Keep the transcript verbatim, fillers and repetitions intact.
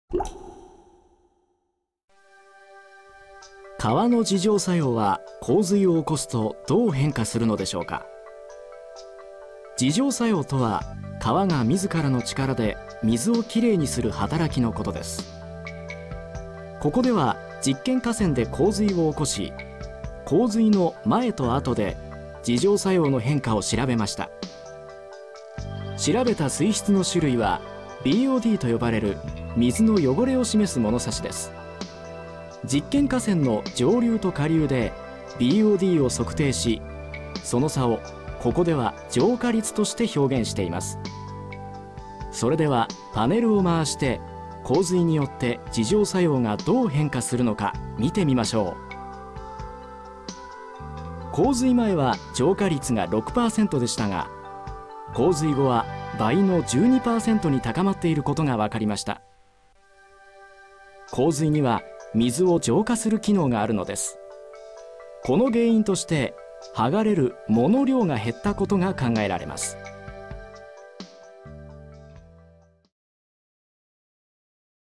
川の自浄作用は洪水を起こすとどう変化するのでしょうか。自浄作用とは、川が自らの力で水をきれいにする働きのことです。ここでは実験河川で洪水を起こし、洪水の前と後で自浄作用の変化を調べました。調べた水質の種類は ビーオーディー と呼ばれる水の汚れを示す物差しです。実験河川の上流と下流で ビーオーディー を測定し、その差をここでは浄化率として表現しています。それではパネルを回して洪水によって自浄作用がどう変化するのか見てみましょう。洪水前は浄化率が ろくパーセント でしたが、洪水後は倍の じゅうにパーセント に高まっていることが分かりました。洪水には水を浄化する機能があるのです。この原因として剥がれる藻の量が減ったことが考えられます。